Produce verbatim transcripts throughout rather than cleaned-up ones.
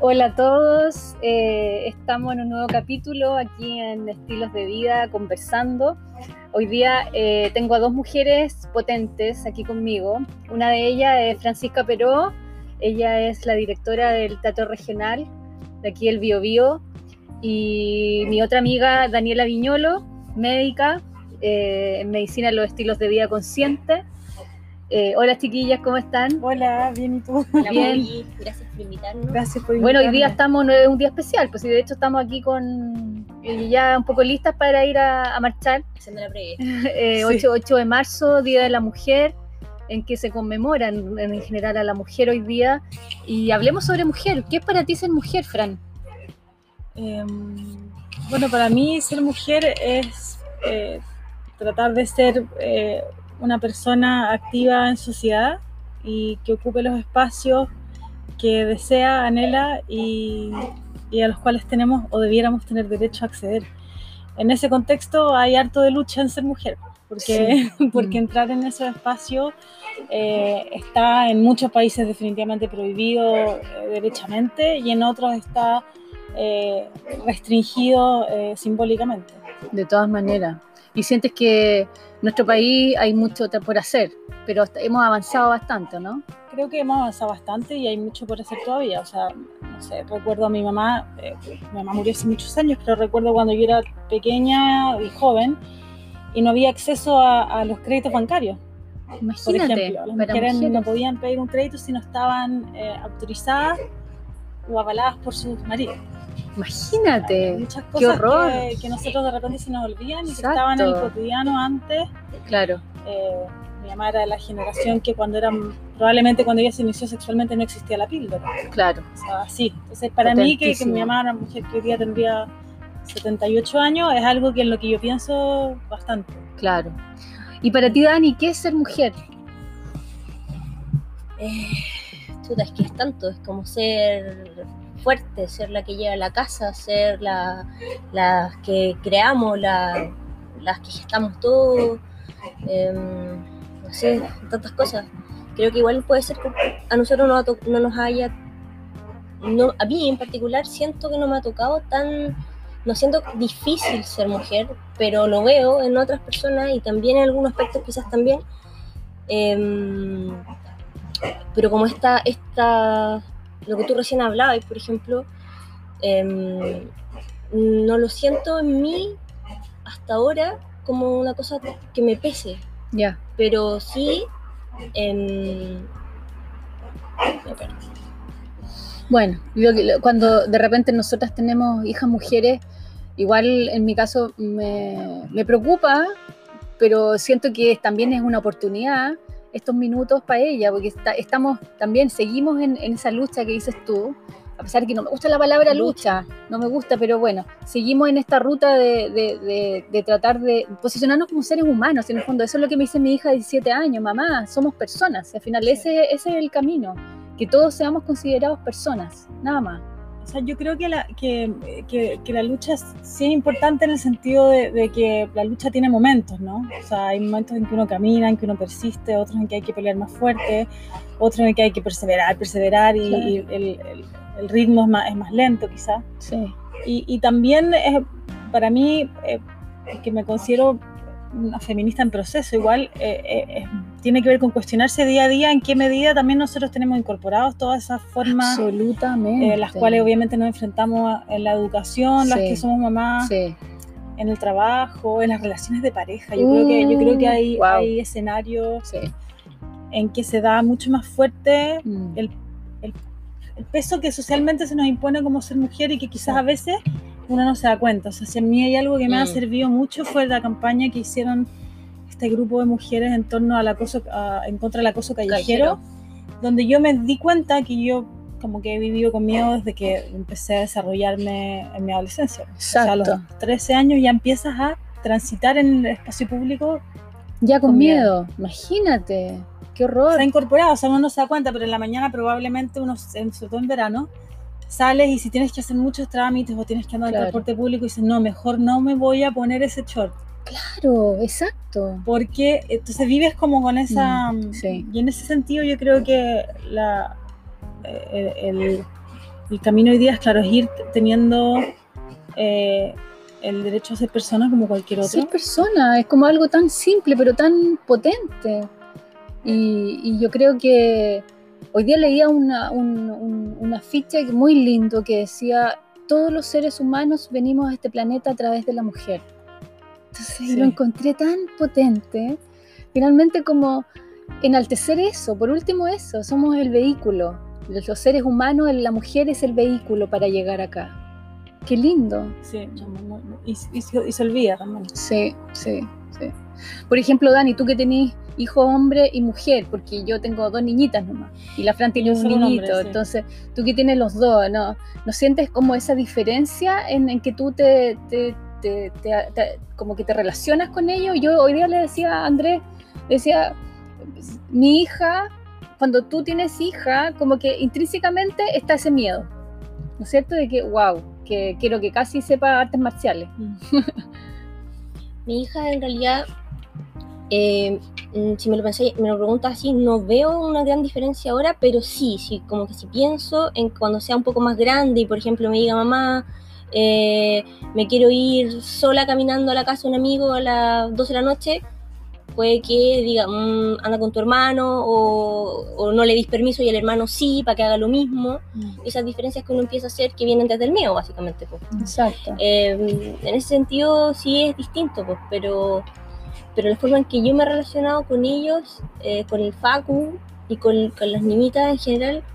Hola a todos, eh, estamos en un nuevo capítulo aquí en Estilos de Vida conversando. Hoy día eh, tengo a dos mujeres potentes aquí conmigo. Una de ellas es Francisca Peró, ella es la directora del Teatro Regional de aquí del Biobío, y mi otra amiga Daniela Viñolo, médica eh, en medicina en los estilos de vida consciente. Eh, hola chiquillas, ¿cómo están? Hola, bien, ¿y tú? Hola, bien. Muy, gracias por invitarnos. Gracias por invitarme. Bueno, hoy día estamos, no es un día especial, pues de hecho estamos aquí con eh, ya un poco listas para ir a, a marchar. Haciendo la previa. eh, Sí. ocho de marzo, Día de la Mujer, en que se conmemora en, en general a la mujer hoy día. Y hablemos sobre mujer. ¿Qué es para ti ser mujer, Fran? Eh, bueno, para mí ser mujer es eh, tratar de ser eh, una persona activa en sociedad y que ocupe los espacios que desea, anhela y, y a los cuales tenemos o debiéramos tener derecho a acceder. En ese contexto hay harto de lucha en ser mujer, porque, sí. porque mm. entrar en esos espacios eh, está en muchos países definitivamente prohibido eh, derechamente y en otros está eh, restringido eh, simbólicamente. De todas maneras. ¿Y sientes que en nuestro país hay mucho por hacer, pero hemos avanzado bastante, ¿no? Creo que hemos avanzado bastante y hay mucho por hacer todavía. O sea, no sé, recuerdo a mi mamá, eh, mi mamá murió hace muchos años, pero recuerdo cuando yo era pequeña y joven y no había acceso a, a los créditos bancarios. Imagínate, por ejemplo, las mujeres, mujeres no podían pedir un crédito si no estaban eh, autorizadas o avaladas por sus maridos. Imagínate, muchas cosas qué horror. Que, que nosotros de repente se nos olvidan y que estaban en el cotidiano antes. Claro. Eh, mi mamá era de la generación que cuando eran, probablemente cuando ella se inició sexualmente no existía la píldora. Claro. O sea, sí. Entonces para mí que, que mi mamá era una mujer que hoy día tendría setenta y ocho años es algo que en lo que yo pienso bastante. Claro. Y para ti, Dani, ¿qué es ser mujer? Eh, chuta, es que es tanto, es como ser fuerte, ser la que lleva la casa, ser la, las que creamos, la, las que gestamos todo, eh, no sé, tantas cosas. Creo que igual puede ser que a nosotros no, no nos haya, no, a mí en particular siento que no me ha tocado tan, no siento difícil ser mujer, pero lo veo en otras personas y también en algunos aspectos quizás también, eh, pero como esta, esta lo que tú recién hablabas, por ejemplo, eh, no lo siento en mí hasta ahora como una cosa que me pese. Ya. Yeah. Pero sí, eh, bueno, yo, cuando de repente nosotras tenemos hijas mujeres, igual en mi caso me, me preocupa, pero siento que también es una oportunidad estos minutos para ella, porque está, estamos también, seguimos en, en esa lucha que dices tú, a pesar de que no me gusta la palabra lucha, lucha no me gusta, pero bueno, seguimos en esta ruta de, de, de, de tratar de posicionarnos como seres humanos, en el fondo, eso es lo que me dice mi hija de diecisiete años, mamá, somos personas, y al final sí. ese, ese es el camino, que todos seamos considerados personas, nada más. O sea, yo creo que la, que, que, que la lucha sí es importante en el sentido de, de que la lucha tiene momentos, ¿no? O sea, hay momentos en que uno camina, en que uno persiste, otros en que hay que pelear más fuerte, otros en que hay que perseverar, perseverar y, claro. y el, el, el ritmo es más, es más lento quizás. Sí. Y, y también es, para mí, eh, que me considero una feminista en proceso, igual eh, eh, tiene que ver con cuestionarse día a día en qué medida también nosotros tenemos incorporados todas esas formas, absolutamente, eh, las cuales obviamente nos enfrentamos en la educación, sí. las que somos mamás, sí. en el trabajo, en las relaciones de pareja. Yo uh, creo que yo creo que hay, wow. hay escenarios sí. en que se da mucho más fuerte mm. el, el, el peso que socialmente se nos impone como ser mujer y que quizás sí. a veces uno no se da cuenta. O sea, si a mí hay algo que me mm. ha servido mucho fue la campaña que hicieron este grupo de mujeres en torno al acoso, a, en contra del acoso callejero, callejero, donde yo me di cuenta que yo como que he vivido con miedo desde que empecé a desarrollarme en mi adolescencia. Exacto. O sea, a los trece años ya empiezas a transitar en el espacio público ya con, con miedo. miedo. Imagínate, qué horror. Se ha incorporado, o sea, uno no se da cuenta, pero en la mañana probablemente uno, sobre todo en verano, sales y si tienes que hacer muchos trámites o tienes que andar en claro. transporte público y dices, no, mejor no me voy a poner ese short. Claro, exacto. Porque entonces vives como con esa... Mm, sí. Y en ese sentido yo creo que la, el, el, el camino hoy día es, claro, es ir teniendo eh, el derecho a ser persona como cualquier otro. Ser persona es como algo tan simple, pero tan potente. Y, y yo creo que hoy día leía una, un, un, una ficha muy lindo que decía: todos los seres humanos venimos a este planeta a través de la mujer. Entonces sí. Lo encontré tan potente. Finalmente, como enaltecer eso, por último eso, somos el vehículo. Los seres humanos, la mujer es el vehículo para llegar acá. Qué lindo. Sí, y, y, y se olvida también. Sí, sí, sí. Por ejemplo, Dani, tú que tenés hijo hombre y mujer, porque yo tengo dos niñitas nomás, y la Fran tiene un niñito, un hombre, sí. Entonces tú que tienes los dos, ¿no? ¿No sientes como esa diferencia en, en que tú te, te, te, te, te como que te relacionas con ellos? Yo hoy día le decía a Andrés, le decía, mi hija, cuando tú tienes hija, como que intrínsecamente está ese miedo, ¿no es cierto? De que, wow, que quiero que casi sepa artes marciales. Mm. Mi hija en realidad, eh, si me lo, pensé, me lo preguntas así, no veo una gran diferencia ahora, pero sí, sí, como que si pienso en cuando sea un poco más grande y por ejemplo me diga, mamá, eh, me quiero ir sola caminando a la casa de un amigo a las doce de la noche, puede que diga, mmm, anda con tu hermano, o, o no le dis permiso y el hermano sí, para que haga lo mismo. Mm. Esas diferencias que uno empieza a hacer que vienen desde el miedo, básicamente. Pues. Exacto. Eh, en ese sentido sí es distinto, pues, pero, pero la forma en que yo me he relacionado con ellos, eh, con el Facu y con, con las niñitas en general,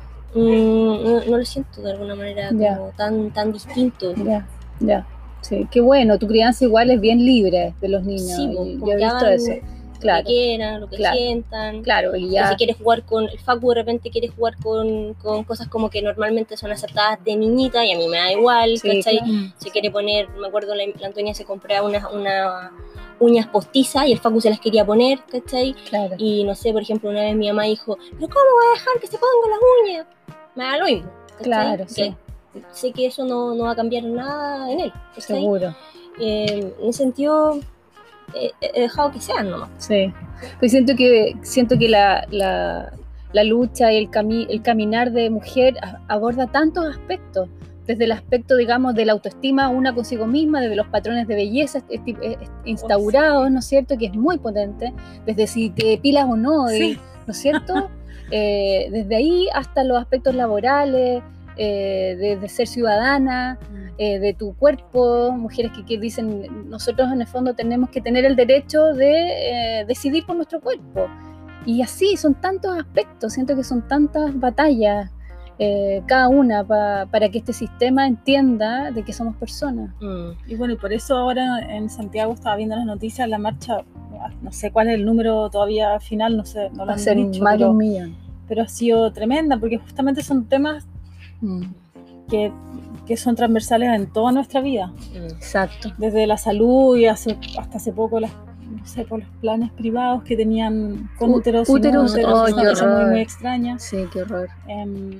mmm, no, no lo siento de alguna manera yeah. como tan, tan distinto. Ya, yeah. ya. Yeah. Sí, qué bueno, tu crianza igual es bien libre de los niños. Sí, y yo he visto eso. Claro. Lo que quieran, lo que claro. sientan. Claro, y ya. Si quieres jugar con. El Facu de repente quiere jugar con, con cosas como que normalmente son aceptadas de niñita y a mí me da igual, sí, ¿cachai? Claro. Se quiere poner. Me acuerdo, la, la Antonia se compraba unas una uñas postizas y el Facu se las quería poner, ¿cachai? Claro. Y no sé, por ejemplo, una vez mi mamá dijo: ¿pero cómo voy a dejar que se pongan las uñas? Me da lo mismo, ¿cachai? Claro, sí. Que sé que eso no, no va a cambiar nada en él, ¿cachai? Seguro. Eh, en ese sentido eh, he dejado que sean nomás. Sí, pues siento que siento que la, la, la lucha y el, cami- el caminar de mujer aborda tantos aspectos, desde el aspecto, digamos, de la autoestima una consigo misma, desde los patrones de belleza instaurados, ¿no es cierto?, que es muy potente, desde si te depilas o no, sí. y, ¿no es cierto?, eh, desde ahí hasta los aspectos laborales, eh, de, de ser ciudadana, Eh, de tu cuerpo, mujeres que, que dicen, nosotros en el fondo tenemos que tener el derecho de eh, decidir por nuestro cuerpo. Y así, son tantos aspectos, siento que son tantas batallas, eh, cada una, pa, para que este sistema entienda de que somos personas. Mm. Y bueno, y por eso ahora en Santiago estaba viendo las noticias, la marcha, no sé cuál es el número todavía final, no sé, no lo han dicho, más pero, de un millón. Pero ha sido tremenda, porque justamente son temas mm. que que son transversales en toda nuestra vida. Exacto. Desde la salud y hace, hasta hace poco las, no sé, por los planes privados que tenían con U- úteros, úteros, no úteros, oh, es una qué cosa horror. muy, muy extraña. Sí, qué horror. Um,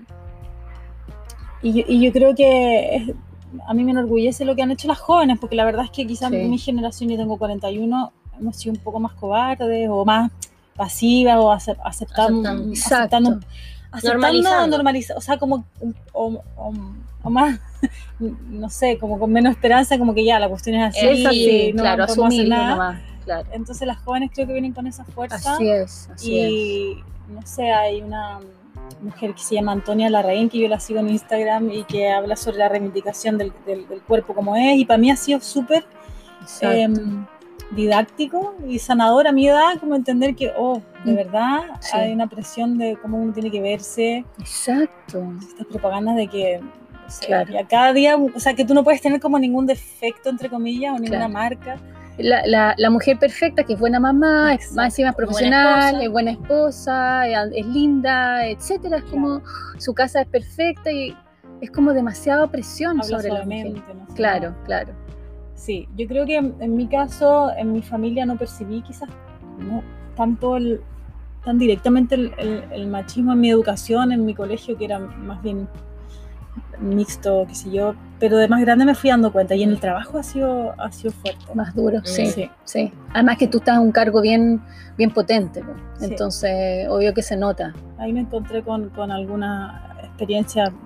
y, yo, y yo creo que es, a mí me enorgullece lo que han hecho las jóvenes, porque la verdad es que quizás sí. mi generación, yo tengo cuarenta y uno, hemos sido un poco más cobardes o más pasivas o acept, aceptando, aceptando, aceptando, aceptando normalizando, normaliza, o sea, como o, o, o más, no sé, como con menos esperanza, como que ya la cuestión es así, es así, no claro, podemos hacer nada. Nomás, claro. Entonces las jóvenes creo que vienen con esa fuerza. Así es, así y es. no sé, hay una mujer que se llama Antonia Larraín, que yo la sigo en Instagram y que habla sobre la reivindicación del, del, del cuerpo como es, y para mí ha sido súper eh, didáctico y sanador a mi edad, como entender que, oh, de verdad sí. hay una presión de cómo uno tiene que verse. Exacto. Estas propagandas de que, o sea, claro. y a cada día, o sea, que tú no puedes tener como ningún defecto, entre comillas, o ninguna claro. marca. La, la, la mujer perfecta, que es buena mamá, exacto. es más encima profesional, buena es buena esposa, es, es linda, etcétera. Es claro. como su casa es perfecta y es como demasiada presión habla sobre la mujer. No sé, claro, no. claro. Sí, yo creo que en, en mi caso, en mi familia no percibí quizás no tanto el, tan directamente el, el, el machismo en mi educación, en mi colegio, que era más bien mixto, qué sé yo, pero de más grande me fui dando cuenta y en el trabajo ha sido, ha sido fuerte. Más duro, sí, sí, sí. Además que tú estás en un cargo bien, bien potente, ¿no? Sí. Entonces obvio que se nota. Ahí me encontré con, con alguna experiencia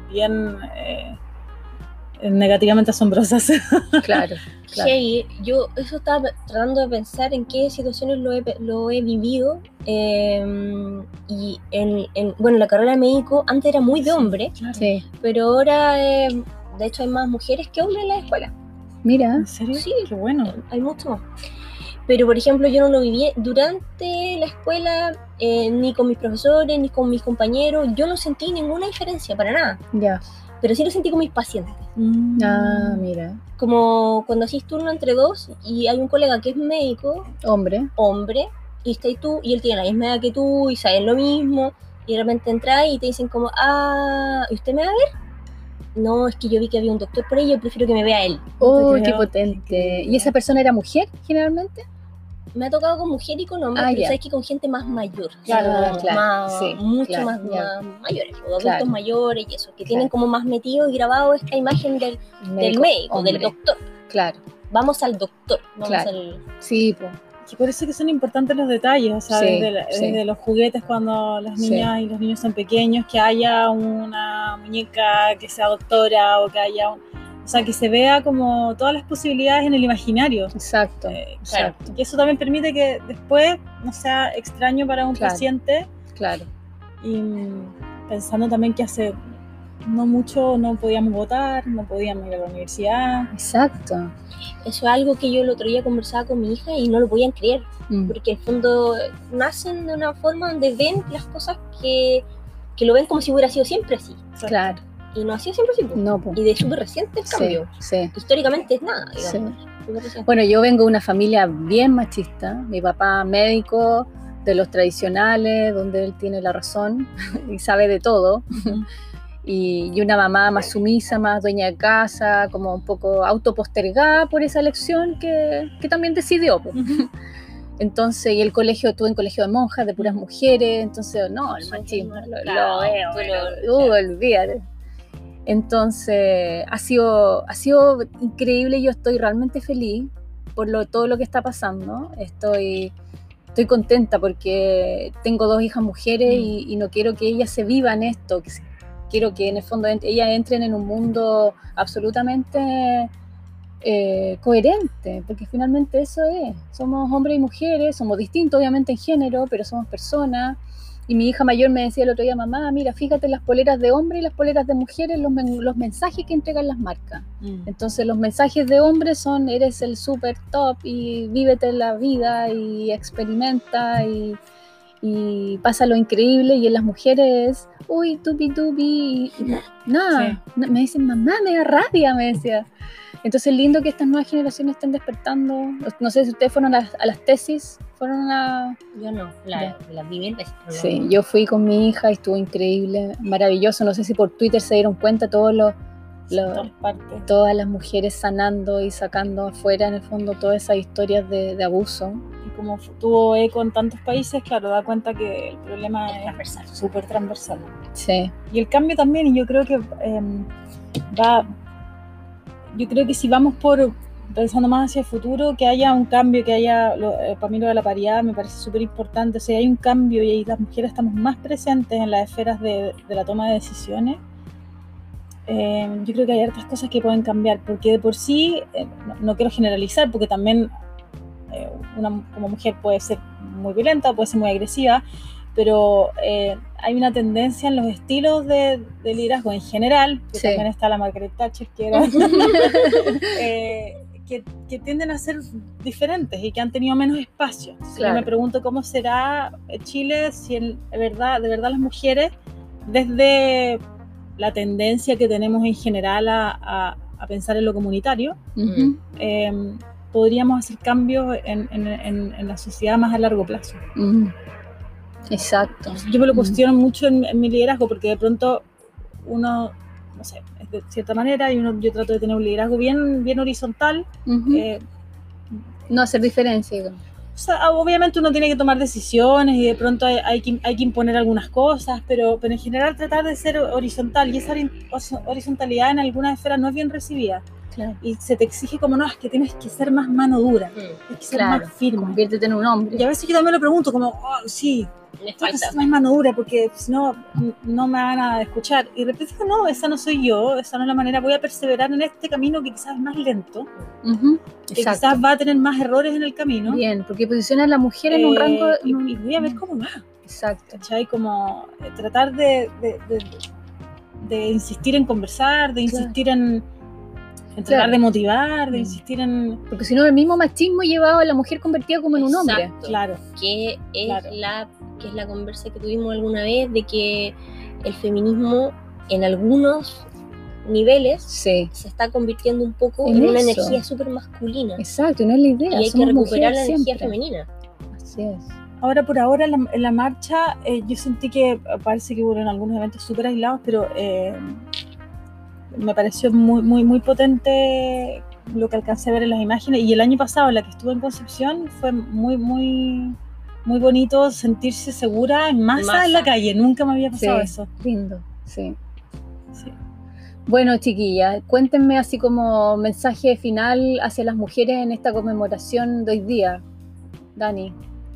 bien eh, negativamente asombrosas. Claro, claro. Sí, yo eso estaba tratando de pensar en qué situaciones lo he, lo he vivido. Eh, y en, en, bueno, la carrera de médico antes era muy de hombre, Claro. Sí. pero ahora eh, de hecho hay más mujeres que hombres en la escuela. Mira, ¿En serio? Sí. Qué bueno. Eh, hay mucho más. Pero por ejemplo yo no lo viví durante la escuela, eh, ni con mis profesores, ni con mis compañeros. Yo no sentí ninguna diferencia, para nada. ya. Pero sí lo sentí con mis pacientes. Mm. Ah, mira. Como cuando hacís turno entre dos y hay un colega que es médico, Hombre. hombre, y estás tú, y él tiene la misma edad que tú, y saben lo mismo, y de repente entras y te dicen como, ah, ¿y usted me va a ver? No, es que yo vi que había un doctor por ahí, yo prefiero que me vea él. Oh, te qué creo. potente. ¿Y esa persona era mujer, generalmente? Me ha tocado con mujer y con hombre, Ah, pero ya. sabes que con gente más mayor. Claro, o sea, Ah, claro, más, sí, mucho claro, más, ya. más mayores, o adultos Claro. mayores y eso, que Claro. tienen como más metido y grabado esta imagen del, del médico, hombre. del doctor. Claro, Vamos al doctor, vamos Claro. al... sí, pues. Y por eso que son importantes los detalles, o sea, Sí, desde, la- sí. desde los juguetes cuando las Sí. niñas y los niños son pequeños, que haya una muñeca que sea doctora o que haya, un- o sea, que se vea como todas las posibilidades en el imaginario. Exacto, Eh, claro. exacto. Y eso también permite que después no sea extraño para un Claro. paciente, Claro, y mm, pensando también que hace no mucho no podíamos votar, no podíamos ir a la universidad. exacto. Eso es algo que yo el otro día conversaba con mi hija y no lo podían creer, Mm. porque en el fondo nacen de una forma donde ven las cosas que, que lo ven como si hubiera sido siempre así, Claro, y no ha sido siempre así, po. no, pues. Y de súper reciente el Sí, cambio, sí. históricamente es nada, digamos, Sí. súper reciente. Bueno, yo vengo de una familia bien machista. Mi papá médico, de los tradicionales, donde él tiene la razón y sabe de todo. Y, y una mamá más sumisa, más dueña de casa, como un poco autopostergada por esa elección que, que también decidió. Pues. Ujú. Entonces, y el colegio, estuve en colegio de monjas, de puras mujeres, entonces, no, el Súper machismo, lo, lo marcado, veo, tú lo- lo- uh, olvídate. Entonces, ha sido, ha sido increíble, yo estoy realmente feliz por lo, todo lo que está pasando, estoy, estoy contenta porque tengo dos hijas mujeres Mm. y, y no quiero que ellas se vivan esto, que se- quiero que en el fondo ent- ellas entren en un mundo absolutamente eh, coherente, porque finalmente eso es, somos hombres y mujeres, somos distintos obviamente en género, pero somos personas. Y mi hija mayor me decía el otro día, mamá, mira, fíjate las poleras de hombre y las poleras de mujeres, los, men- los mensajes que entregan las marcas. Mm. Entonces los mensajes de hombres son, eres el super top y vívete la vida y experimenta y, y pasa lo increíble, y en las mujeres, uy, tupi tupi, y nada, Sí. me dicen, mamá, me da rabia, me decía. Entonces lindo que estas nuevas generaciones estén despertando. No sé si ustedes fueron a las, a las tesis, fueron a... Yo no, la, la vi mil veces. pero Sí, no. yo fui con mi hija y estuvo increíble, maravilloso. No sé si por Twitter se dieron cuenta todos los, En los- todas partes. todas las mujeres sanando y sacando afuera en el fondo todas esas historias de, de abuso. Y como f- tuvo eco en tantos países, claro, da cuenta que el problema Es es transversal. súper transversal. Sí, Y el cambio también, y yo creo que eh, va, yo creo que si vamos por, pensando más hacia el futuro, que haya un cambio, que haya, lo, eh, para mí lo de la paridad me parece súper importante, o sea, hay un cambio y ahí las mujeres estamos más presentes en las esferas de, de la toma de decisiones. Eh, yo creo que hay hartas cosas que pueden cambiar, porque de por sí, eh, no, no quiero generalizar, porque también eh, una como mujer puede ser muy violenta, puede ser muy agresiva, pero eh, hay una tendencia en los estilos de, de liderazgo en general, que Sí. también está la Margaret Thatcher, que era, eh, que, que tienden a ser diferentes y que han tenido menos espacio. Entonces, Claro. Yo me pregunto cómo será Chile si en, de, verdad, de verdad las mujeres, desde la tendencia que tenemos en general a, a, a pensar en lo comunitario, ujú, eh, podríamos hacer cambios en, en, en, en la sociedad más a largo plazo. ujú. Exacto. Yo me lo Mm. cuestiono mucho en, en mi liderazgo, porque de pronto uno, no sé, es de cierta manera, y uno, yo trato de tener un liderazgo bien, bien horizontal. Ujú. eh, No hacer diferencia, digamos. o sea, obviamente uno tiene que tomar decisiones y de pronto hay, hay, que, hay que imponer algunas cosas, pero, pero en general tratar de ser horizontal, y esa hori- horizontalidad en algunas esferas no es bien recibida. Claro. Y se te exige como, no, es que tienes que ser más mano dura, Mm. tienes que ser Claro, más firme. conviértete en un hombre. Y a veces yo también lo pregunto, como, oh, sí, Me tengo que falta. ser más mano dura porque si no, no me van a escuchar. Y de repente digo, no, esa no soy yo, esa no es la manera, voy a perseverar en este camino que quizás es más lento, Uh-huh. que Exacto. quizás va a tener más errores en el camino. Bien, porque posiciona a la mujer en un Eh, rango... y, en un- y voy a ver cómo va. Exacto. ¿Cachai? Como eh, tratar de, de, de, de insistir en conversar, de insistir claro. en, en tratar Claro. de motivar, de Mm. insistir en... Porque si no, el mismo machismo llevaba a la mujer convertida como en un hombre. Exacto. Claro. Que es, Claro. la, que es la conversa que tuvimos alguna vez de que el feminismo en algunos niveles Sí. se está convirtiendo un poco en, en una eso. energía súper masculina. Exacto, no es la idea. Y hay Somos que recuperar la mujeres energía siempre. femenina. Así es. Ahora, por ahora, en la, en la marcha, eh, yo sentí que parece que hubo en algunos eventos súper aislados, pero eh, me pareció muy, muy, muy potente lo que alcancé a ver en las imágenes. Y el año pasado, la que estuve en Concepción, fue muy, muy, muy bonito sentirse segura en masa, masa. en la calle. Nunca me había pasado sí, eso. Lindo, sí. sí. Bueno, chiquillas, cuéntenme así como mensaje final hacia las mujeres en esta conmemoración de hoy día. Dani.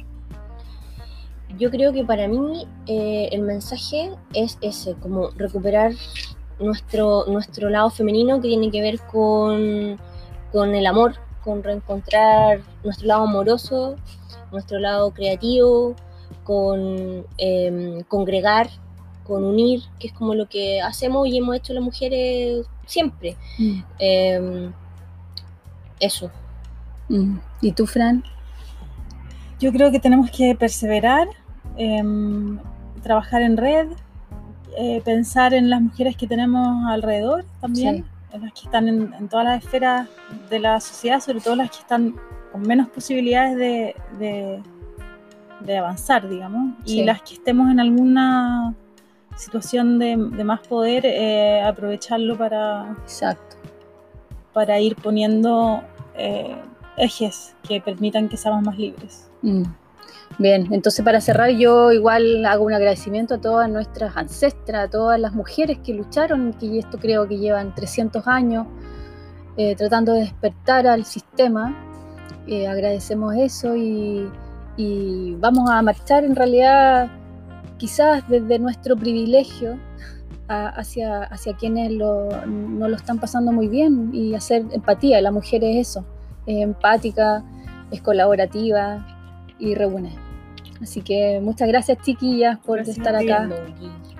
Yo creo que para mí eh, el mensaje es ese, como recuperar nuestro, nuestro lado femenino que tiene que ver con, con el amor, con reencontrar nuestro lado amoroso, nuestro lado creativo, con eh, congregar, con unir, que es como lo que hacemos y hemos hecho las mujeres siempre. Mm. Eh, eso. Mm. ¿Y tú, Fran? Yo creo que tenemos que perseverar, eh, trabajar en red, eh, pensar en las mujeres que tenemos alrededor también, sí. en las que están en, en todas las esferas de la sociedad, sobre todo las que están con menos posibilidades de, de, de avanzar, digamos, sí. y las que estemos en alguna situación de, de más poder, eh, aprovecharlo para, Exacto. para ir poniendo eh, ejes que permitan que seamos más libres. Mm. Bien, entonces para cerrar yo igual hago un agradecimiento a todas nuestras ancestras, a todas las mujeres que lucharon, que esto creo que llevan trescientos años eh, tratando de despertar al sistema. Eh, agradecemos eso y, y vamos a marchar en realidad quizás desde nuestro privilegio a, hacia, hacia quienes lo, no lo están pasando muy bien y hacer empatía. La mujer es eso, es empática, es colaborativa y reúne. Así que muchas gracias, chiquillas, por gracias estar acá. Bien,